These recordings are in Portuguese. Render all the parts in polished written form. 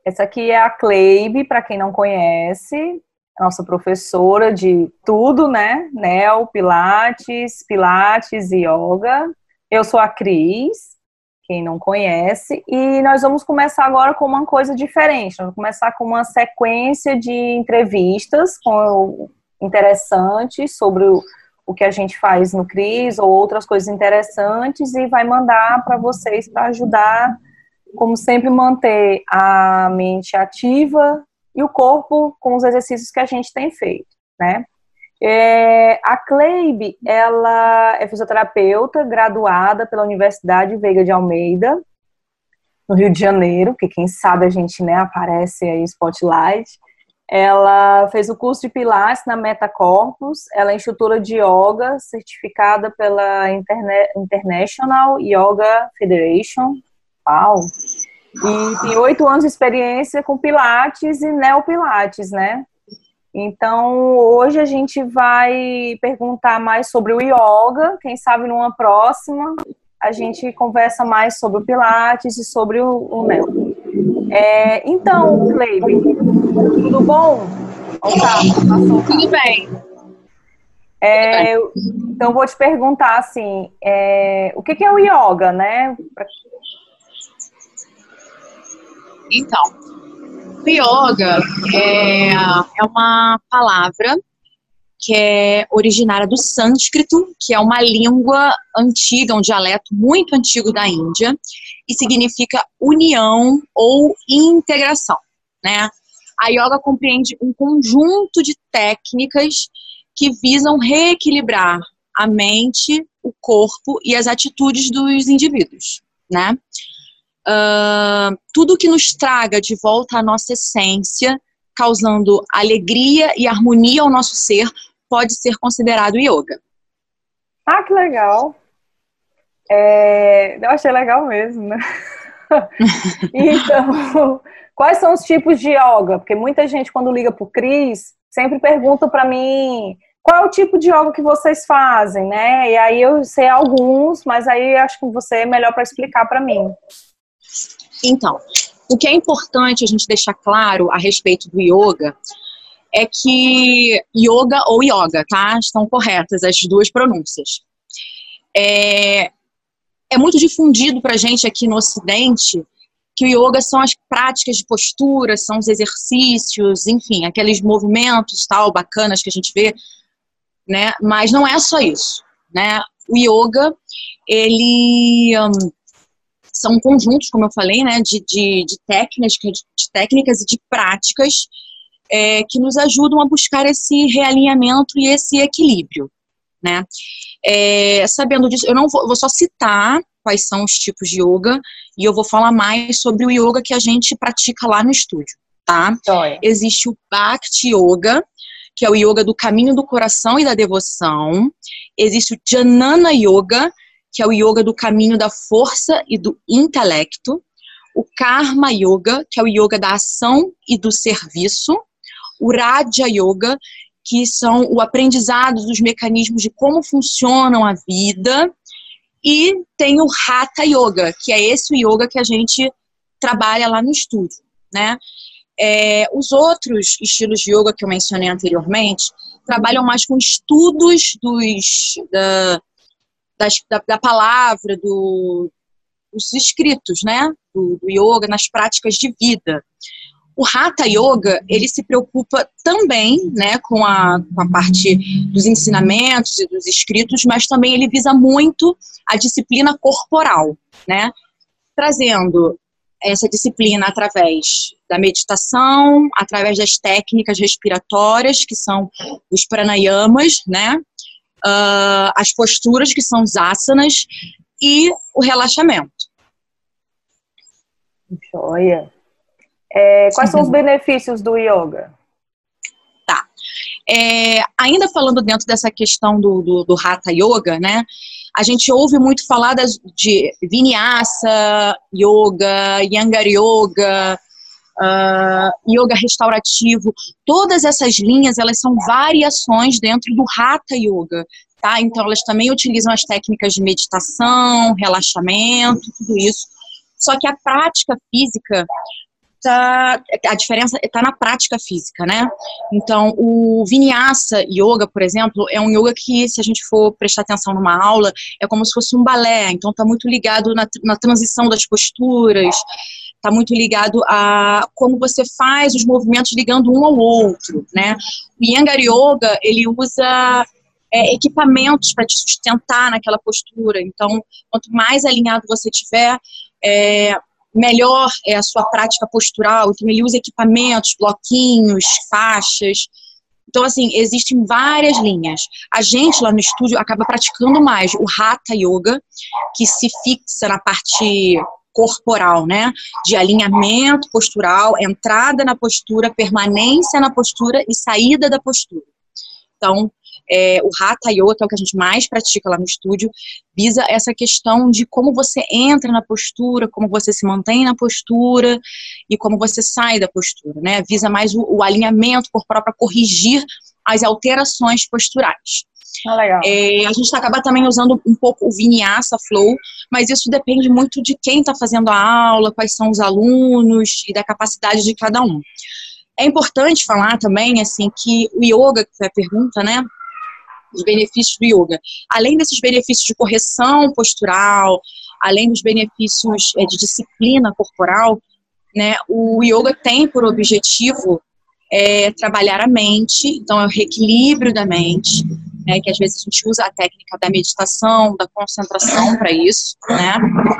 Essa aqui é a Cleibe, para quem não conhece, nossa professora de tudo, né? Neo, Pilates e Yoga. Eu sou a Cris, quem não conhece, e nós vamos começar agora com uma coisa diferente. Nós vamos começar com uma sequência de entrevistas interessantes sobre o que a gente faz no CRIS ou outras coisas interessantes e vai mandar para vocês para ajudar, como sempre, manter a mente ativa e o corpo com os exercícios que a gente tem feito, né? A Cleibe, ela é fisioterapeuta graduada pela Universidade Veiga de Almeida, no Rio de Janeiro, que quem sabe a gente, né, aparece aí Spotlight. Ela fez o curso de Pilates na Metacorpus, ela é instrutora de Yoga, certificada pela International Yoga Federation. Uau! E tem 8 anos de experiência com Pilates e Neopilates, né? Então, hoje a gente vai perguntar mais sobre o Yoga, quem sabe numa próxima a gente conversa mais sobre o Pilates e sobre o Neo. Então, Cleibe, tudo bom? Tudo bem. Então, vou te perguntar, assim, o que é o Yoga, né? Então, o Yoga é uma palavra que é originária do sânscrito, que é uma língua antiga, um dialeto muito antigo da Índia, e significa união ou integração, né? A yoga compreende um conjunto de técnicas que visam reequilibrar a mente, o corpo e as atitudes dos indivíduos, né? Tudo que nos traga de volta à nossa essência, causando alegria e harmonia ao nosso ser, pode ser considerado yoga. Ah, que legal! Eu achei legal mesmo, né? Então, quais são os tipos de yoga? Porque muita gente, quando liga pro Cris, sempre pergunta para mim qual é o tipo de yoga que vocês fazem, né? E aí eu sei alguns, mas aí acho que você é melhor para explicar para mim. Então, o que é importante a gente deixar claro a respeito do yoga é que yoga ou yoga, tá? Estão corretas as duas pronúncias. É muito difundido pra gente aqui no Ocidente que o yoga são as práticas de postura, são os exercícios, enfim, aqueles movimentos tal, bacanas que a gente vê, né? Mas não é só isso, né? O yoga, ele são conjuntos, como eu falei, né, de técnicas e de práticas que nos ajudam a buscar esse realinhamento e esse equilíbrio, né? Sabendo disso, eu não vou só citar quais são os tipos de yoga e eu vou falar mais sobre o yoga que a gente pratica lá no estúdio, tá? Existe o Bhakti Yoga, que é o yoga do caminho do coração e da devoção. Existe o Jnana Yoga, que é o yoga do caminho da força e do intelecto. O Karma Yoga, que é o yoga da ação e do serviço. O Raja Yoga, que são o aprendizado dos mecanismos de como funcionam a vida. E tem o Hatha Yoga, que é esse o yoga que a gente trabalha lá no estúdio, né? Os outros estilos de yoga que eu mencionei anteriormente trabalham mais com estudos da palavra, dos escritos, né? Do yoga, nas práticas de vida. O Hatha Yoga, ele se preocupa também, né, com a parte dos ensinamentos e dos escritos, mas também ele visa muito a disciplina corporal, né, trazendo essa disciplina através da meditação, através das técnicas respiratórias, que são os pranayamas, né, as posturas, que são os asanas, e o relaxamento. Joia! Quais são os benefícios do yoga? Tá. Ainda falando dentro dessa questão do Hatha Yoga, né? A gente ouve muito falar de Vinyasa Yoga, Iyengar Yoga, Yoga restaurativo. Todas essas linhas, elas são variações dentro do Hatha Yoga, tá? Então, elas também utilizam as técnicas de meditação, relaxamento, tudo isso. Só que a prática física a diferença está na prática física, né? Então, o Vinyasa Yoga, por exemplo, é um yoga que, se a gente for prestar atenção numa aula, é como se fosse um balé. Então, está muito ligado na transição das posturas, está muito ligado a como você faz os movimentos ligando um ao outro, né? O Iyengar Yoga, ele usa equipamentos para te sustentar naquela postura. Então, quanto mais alinhado você tiver, melhor é a sua prática postural. Então, ele usa equipamentos, bloquinhos, faixas. Então, assim, existem várias linhas. A gente, lá no estúdio, acaba praticando mais o Hatha Yoga, que se fixa na parte corporal, né? De alinhamento postural, entrada na postura, permanência na postura e saída da postura. Então, o Hatha Yoga, que é o que a gente mais pratica lá no estúdio, visa essa questão de como você entra na postura, como você se mantém na postura e como você sai da postura, né? Visa mais o alinhamento corporal para corrigir as alterações posturais. Legal. A gente acaba também usando um pouco o Vinyasa Flow, mas isso depende muito de quem está fazendo a aula, quais são os alunos e da capacidade de cada um. É importante falar também, assim, que o yoga, que foi a pergunta, né? Os benefícios do yoga. Além desses benefícios de correção postural, além dos benefícios de disciplina corporal, né, o yoga tem por objetivo trabalhar a mente, então é o reequilíbrio da mente, né, que às vezes a gente usa a técnica da meditação, da concentração para isso, né.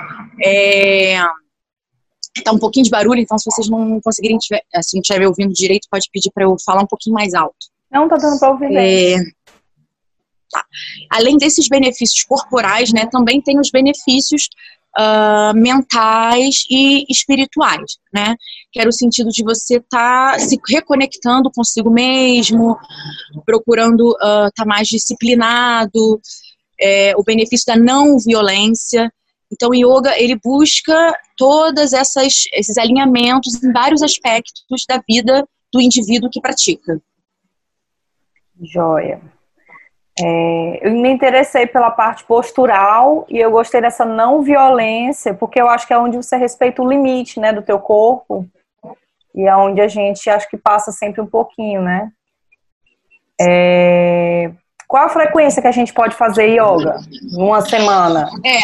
Tá um pouquinho de barulho, então se vocês não conseguirem, se não estiver me ouvindo direito, pode pedir para eu falar um pouquinho mais alto. Não, tá dando para ouvir bem. Tá. Além desses benefícios corporais, né, também tem os benefícios mentais e espirituais, né, que era o sentido de você estar se reconectando consigo mesmo, procurando estar mais disciplinado, o benefício da não violência. Então, o yoga, ele busca todos esses alinhamentos em vários aspectos da vida do indivíduo que pratica. Joia. Eu me interessei pela parte postural e eu gostei dessa não violência, porque eu acho que é onde você respeita o limite, né, do teu corpo, e é onde a gente acho que passa sempre um pouquinho, né? Qual a frequência que a gente pode fazer yoga numa semana?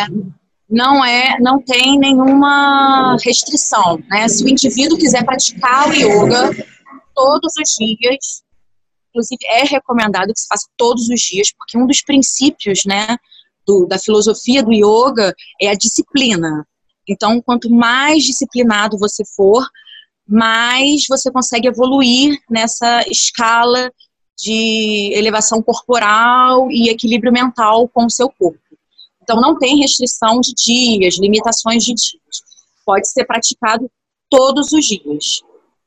Não tem nenhuma restrição, né? Se o indivíduo quiser praticar o yoga todos os dias, inclusive é recomendado que se faça todos os dias, porque um dos princípios, né, da filosofia do yoga é a disciplina. Então, quanto mais disciplinado você for, mais você consegue evoluir nessa escala de elevação corporal e equilíbrio mental com o seu corpo. Então, não tem restrição de dias, limitações de dias. Pode ser praticado todos os dias.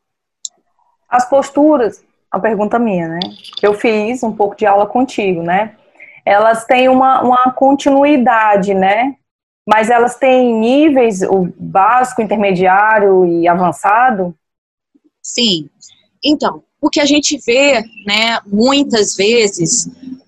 As posturas, a pergunta minha, né? Que eu fiz um pouco de aula contigo, né? Elas têm uma continuidade, né? Mas elas têm níveis, o básico, intermediário e avançado? Sim. Então, o que a gente vê, né, muitas vezes,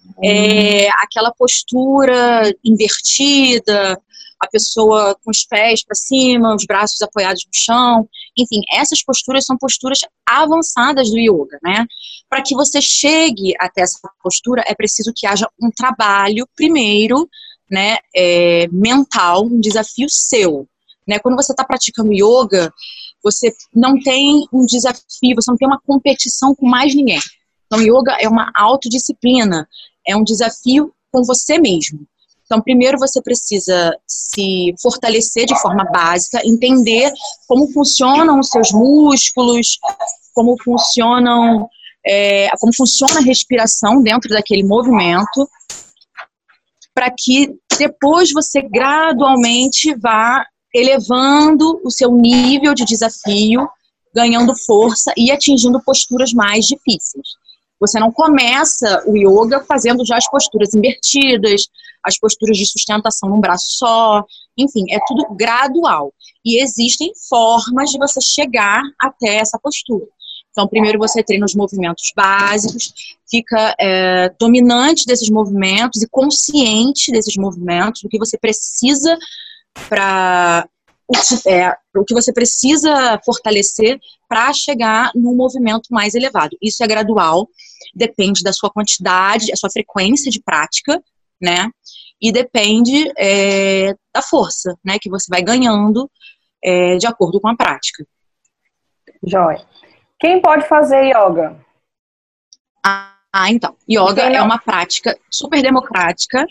aquela postura invertida, a pessoa com os pés para cima, os braços apoiados no chão. Enfim, essas posturas são posturas avançadas do yoga, né? Para que você chegue até essa postura, é preciso que haja um trabalho, primeiro, né, mental, um desafio seu, né? Quando você está praticando yoga, você não tem um desafio, você não tem uma competição com mais ninguém. Então, yoga é uma autodisciplina, é um desafio com você mesmo. Então, primeiro você precisa se fortalecer de forma básica, entender como funcionam os seus músculos, como funciona a respiração dentro daquele movimento, para que depois você gradualmente vá elevando o seu nível de desafio, ganhando força e atingindo posturas mais difíceis. Você não começa o yoga fazendo já as posturas invertidas, as posturas de sustentação num braço só, enfim, é tudo gradual. E existem formas de você chegar até essa postura. Então, primeiro você treina os movimentos básicos, fica dominante desses movimentos e consciente desses movimentos, do que você precisa para o que você precisa fortalecer para chegar num movimento mais elevado. Isso é gradual, depende da sua quantidade, a sua frequência de prática, né? E depende da força, né? Que você vai ganhando de acordo com a prática. Joia. Quem pode fazer yoga? Então, yoga é uma prática super democrática.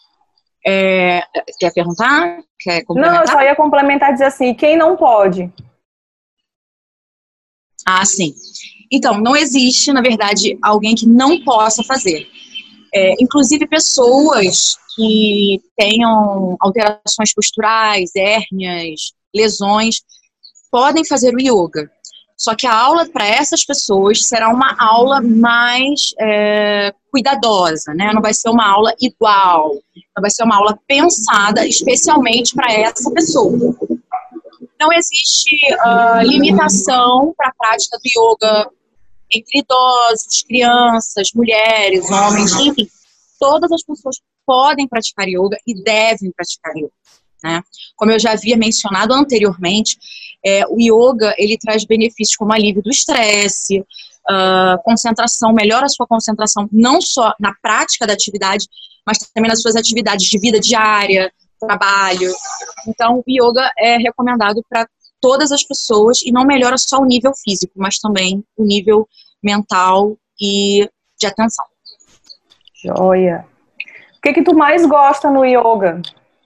Quer perguntar? Quer complementar? Não, eu só ia complementar e dizer assim, quem não pode? Sim. Então, não existe, na verdade, alguém que não possa fazer. Inclusive, pessoas que tenham alterações posturais, hérnias, lesões, podem fazer o yoga. Só que a aula para essas pessoas será uma aula mais cuidadosa, né? Não vai ser uma aula igual, não vai ser uma aula pensada especialmente para essa pessoa. Não existe limitação para a prática do yoga entre idosos, crianças, mulheres, homens, enfim. Todas as pessoas podem praticar yoga e devem praticar yoga, né? Como eu já havia mencionado anteriormente, o yoga, ele traz benefícios como alívio do estresse, concentração, melhora a sua concentração, não só na prática da atividade, mas também nas suas atividades de vida diária, trabalho. Então, o yoga é recomendado para todas as pessoas e não melhora só o nível físico, mas também o nível mental e de atenção. Joia. O que tu mais gosta no yoga?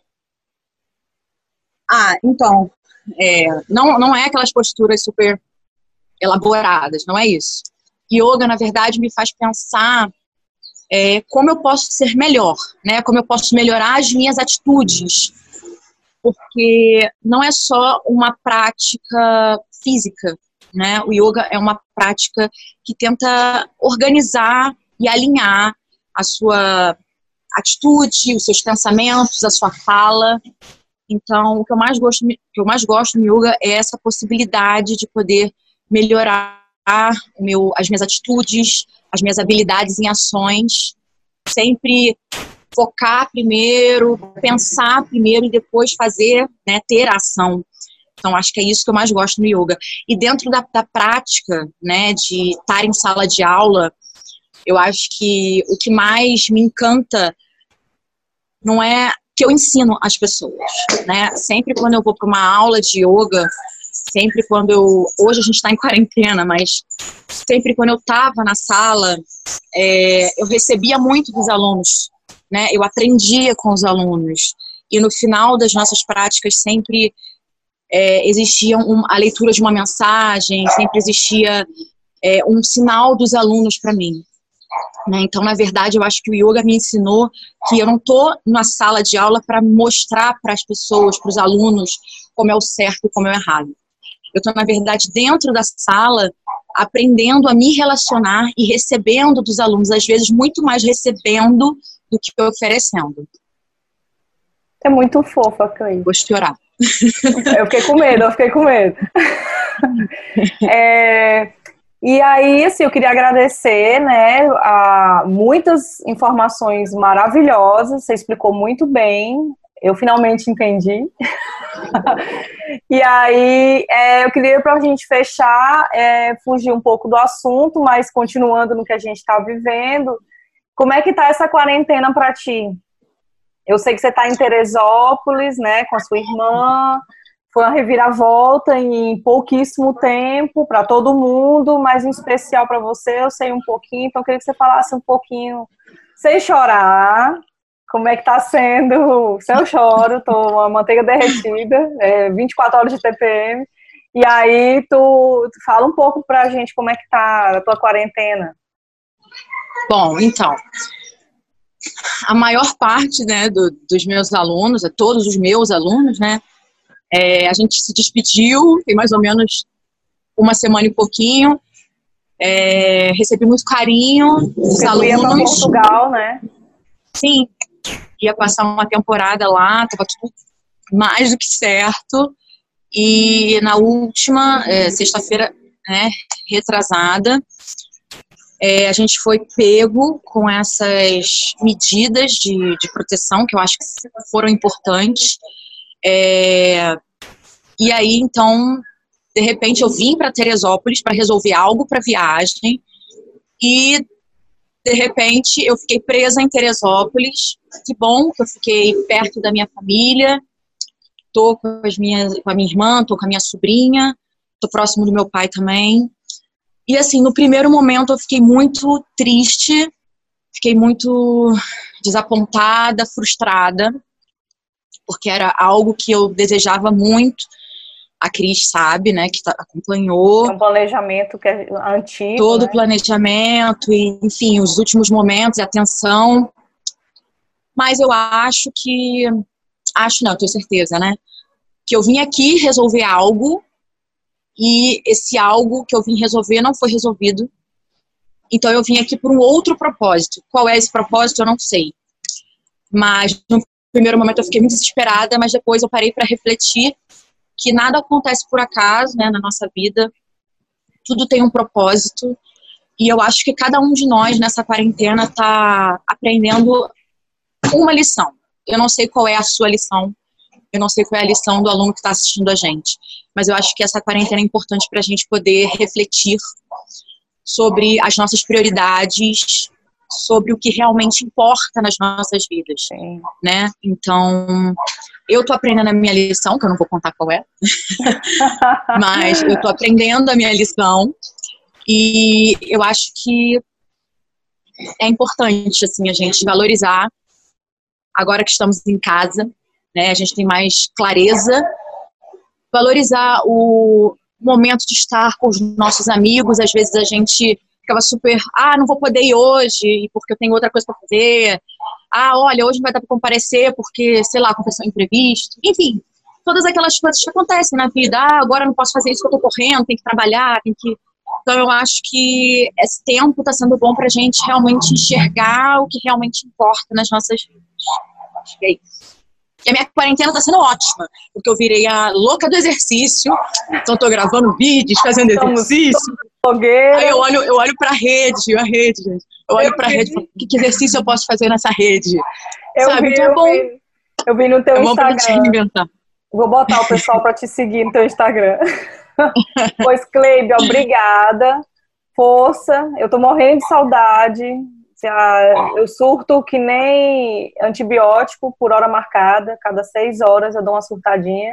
Então, não é aquelas posturas super elaboradas, não é isso. Yoga, na verdade, me faz pensar como eu posso ser melhor, né? Como eu posso melhorar as minhas atitudes. Porque não é só uma prática física, né? O yoga é uma prática que tenta organizar e alinhar a sua atitude, os seus pensamentos, a sua fala. Então, o que eu mais gosto no yoga é essa possibilidade de poder melhorar as minhas atitudes, as minhas habilidades em ações, sempre focar primeiro, pensar primeiro e depois fazer, né, ter ação. Então, acho que é isso que eu mais gosto no yoga. E dentro da prática, né, de estar em sala de aula, eu acho que o que mais me encanta não é que eu ensino as pessoas, né? Sempre quando eu vou para uma aula de yoga, sempre quando hoje a gente está em quarentena, mas sempre quando eu estava na sala, eu recebia muito dos alunos, né? Eu aprendia com os alunos. E no final das nossas práticas sempre existia a leitura de uma mensagem, sempre existia um sinal dos alunos para mim. Né? Então, na verdade, eu acho que o yoga me ensinou que eu não estou na sala de aula para mostrar para as pessoas, para os alunos, como é o certo e como é o errado. Eu estou, na verdade, dentro da sala, aprendendo a me relacionar e recebendo dos alunos, às vezes muito mais recebendo do que oferecendo. É muito fofa, Cleide. Vou chorar. Eu fiquei com medo. E aí, assim, eu queria agradecer, né, a muitas informações maravilhosas, você explicou muito bem, eu finalmente entendi. E aí, eu queria, para a gente fechar, fugir um pouco do assunto, mas continuando no que a gente está vivendo, como é que tá essa quarentena para ti? Eu sei que você está em Teresópolis, né, com a sua irmã. Foi uma reviravolta em pouquíssimo tempo para todo mundo, mas em especial para você, eu sei um pouquinho, então eu queria que você falasse um pouquinho, sem chorar, como é que está sendo. Se eu choro, tô uma manteiga derretida, 24 horas de TPM, e aí tu fala um pouco para a gente como é que tá a tua quarentena. Bom, então, a maior parte, né, dos meus alunos, todos os meus alunos, né, a gente se despediu, tem mais ou menos uma semana e pouquinho. Recebi muito carinho dos alunos. Ia para Portugal, né? Sim, ia passar uma temporada lá, estava tudo mais do que certo. E na última sexta-feira, né, retrasada, a gente foi pego com essas medidas de proteção, que eu acho que foram importantes. E aí, então, de repente, eu vim para Teresópolis para resolver algo para viagem e, de repente, eu fiquei presa em Teresópolis. Que bom que eu fiquei perto da minha família, tô com a minha irmã, tô com a minha sobrinha, tô próximo do meu pai também. E, assim, no primeiro momento eu fiquei muito triste, fiquei muito desapontada, frustrada, porque era algo que eu desejava muito. A Cris sabe, né, que acompanhou. É um planejamento que é antigo, todo né? o planejamento, e, enfim, os últimos momentos, a atenção. Mas eu acho não, tenho certeza, né, que eu vim aqui resolver algo, e esse algo que eu vim resolver não foi resolvido. Então eu vim aqui por um outro propósito. Qual é esse propósito? Eu não sei. Mas no primeiro momento eu fiquei muito desesperada, mas depois eu parei para refletir que nada acontece por acaso, né, na nossa vida. Tudo tem um propósito. E eu acho que cada um de nós nessa quarentena está aprendendo uma lição. Eu não sei qual é a sua lição, eu não sei qual é a lição do aluno que está assistindo a gente, mas eu acho que essa quarentena é importante para a gente poder refletir sobre as nossas prioridades, sobre o que realmente importa nas nossas vidas, Sim. né? Então, eu tô aprendendo a minha lição, que eu não vou contar qual é, mas eu tô aprendendo a minha lição, e eu acho que é importante, assim, a gente valorizar, agora que estamos em casa, né, a gente tem mais clareza, valorizar o momento de estar com os nossos amigos. Às vezes a gente ficava super, não vou poder ir hoje, porque eu tenho outra coisa para fazer. Olha, hoje não vai dar para comparecer porque, sei lá, aconteceu um imprevisto. Enfim, todas aquelas coisas que acontecem na vida. Agora eu não posso fazer isso que eu tô correndo, tem que trabalhar, tem que... Então eu acho que esse tempo está sendo bom para a gente realmente enxergar o que realmente importa nas nossas vidas. Acho que é isso. E a minha quarentena tá sendo ótima, porque eu virei a louca do exercício, então tô gravando vídeos, fazendo exercício. Aí eu olho pra rede, gente. Eu olho pra rede e falo, que exercício eu posso fazer nessa rede? Sabe? Então é bom. Eu vi no teu é bom Instagram. Pra gente reinventar. Vou botar o pessoal pra te seguir no teu Instagram. Pois, Cleide, obrigada. Força. Eu tô morrendo de saudade. Eu surto que nem antibiótico por hora marcada. Cada 6 horas eu dou uma surtadinha.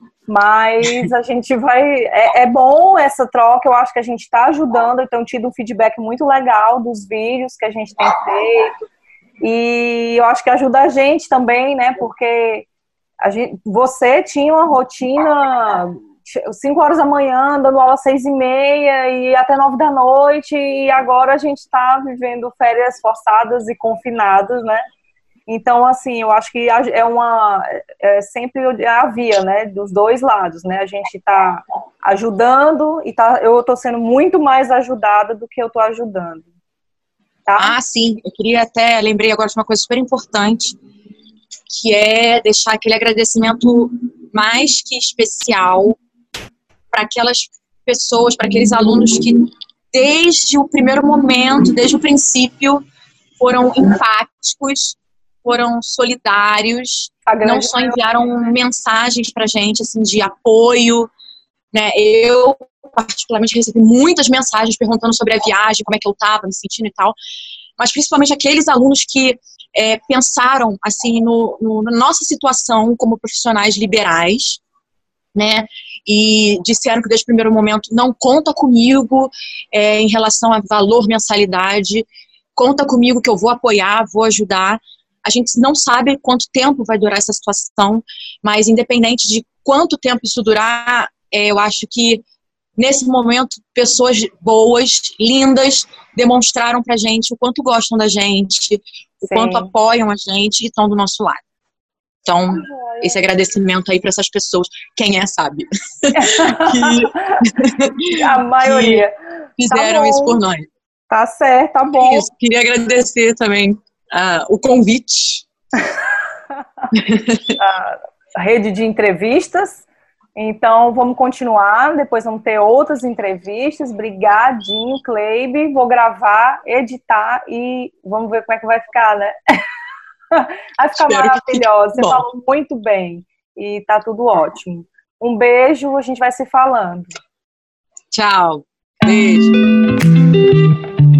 Mas a gente vai... É bom essa troca. Eu acho que a gente está ajudando. Eu tenho tido um feedback muito legal dos vídeos que a gente tem feito. E eu acho que ajuda a gente também, né? Porque você tinha uma rotina 5 horas da manhã, dando aula às 6h30 e até 9 da noite, e agora a gente está vivendo férias forçadas e confinados, né? Então, assim, eu acho que sempre a via, né, dos dois lados, né? A gente está ajudando e eu estou sendo muito mais ajudada do que eu estou ajudando. Tá? Sim, eu queria lembrei agora de uma coisa super importante, que é deixar aquele agradecimento mais que especial para aquelas pessoas, para aqueles alunos que desde o primeiro momento, desde o princípio, foram empáticos, foram solidários, não só enviaram mensagens para a gente, assim, de apoio, né? Eu, particularmente, recebi muitas mensagens perguntando sobre a viagem, como é que eu estava me sentindo e tal, mas principalmente aqueles alunos que pensaram, assim, na nossa situação como profissionais liberais, né, e disseram que desde o primeiro momento não conta comigo em relação a valor, mensalidade, conta comigo que eu vou apoiar, vou ajudar. A gente não sabe quanto tempo vai durar essa situação, mas independente de quanto tempo isso durar, eu acho que nesse momento pessoas boas, lindas, demonstraram pra gente o quanto gostam da gente, o quanto apoiam a gente e estão do nosso lado. Então, esse agradecimento aí para essas pessoas, quem sabe. A maioria. Que fizeram isso por nós. Tá certo, tá bom. Isso, queria agradecer também o convite. A rede de entrevistas. Então, vamos continuar. Depois vamos ter outras entrevistas. Brigadinho, Cleibe. Vou gravar, editar e vamos ver como é que vai ficar, né? Vai ficar maravilhosa. Você falou muito bem e tá tudo ótimo. Um beijo, a gente vai se falando. Tchau. Beijo.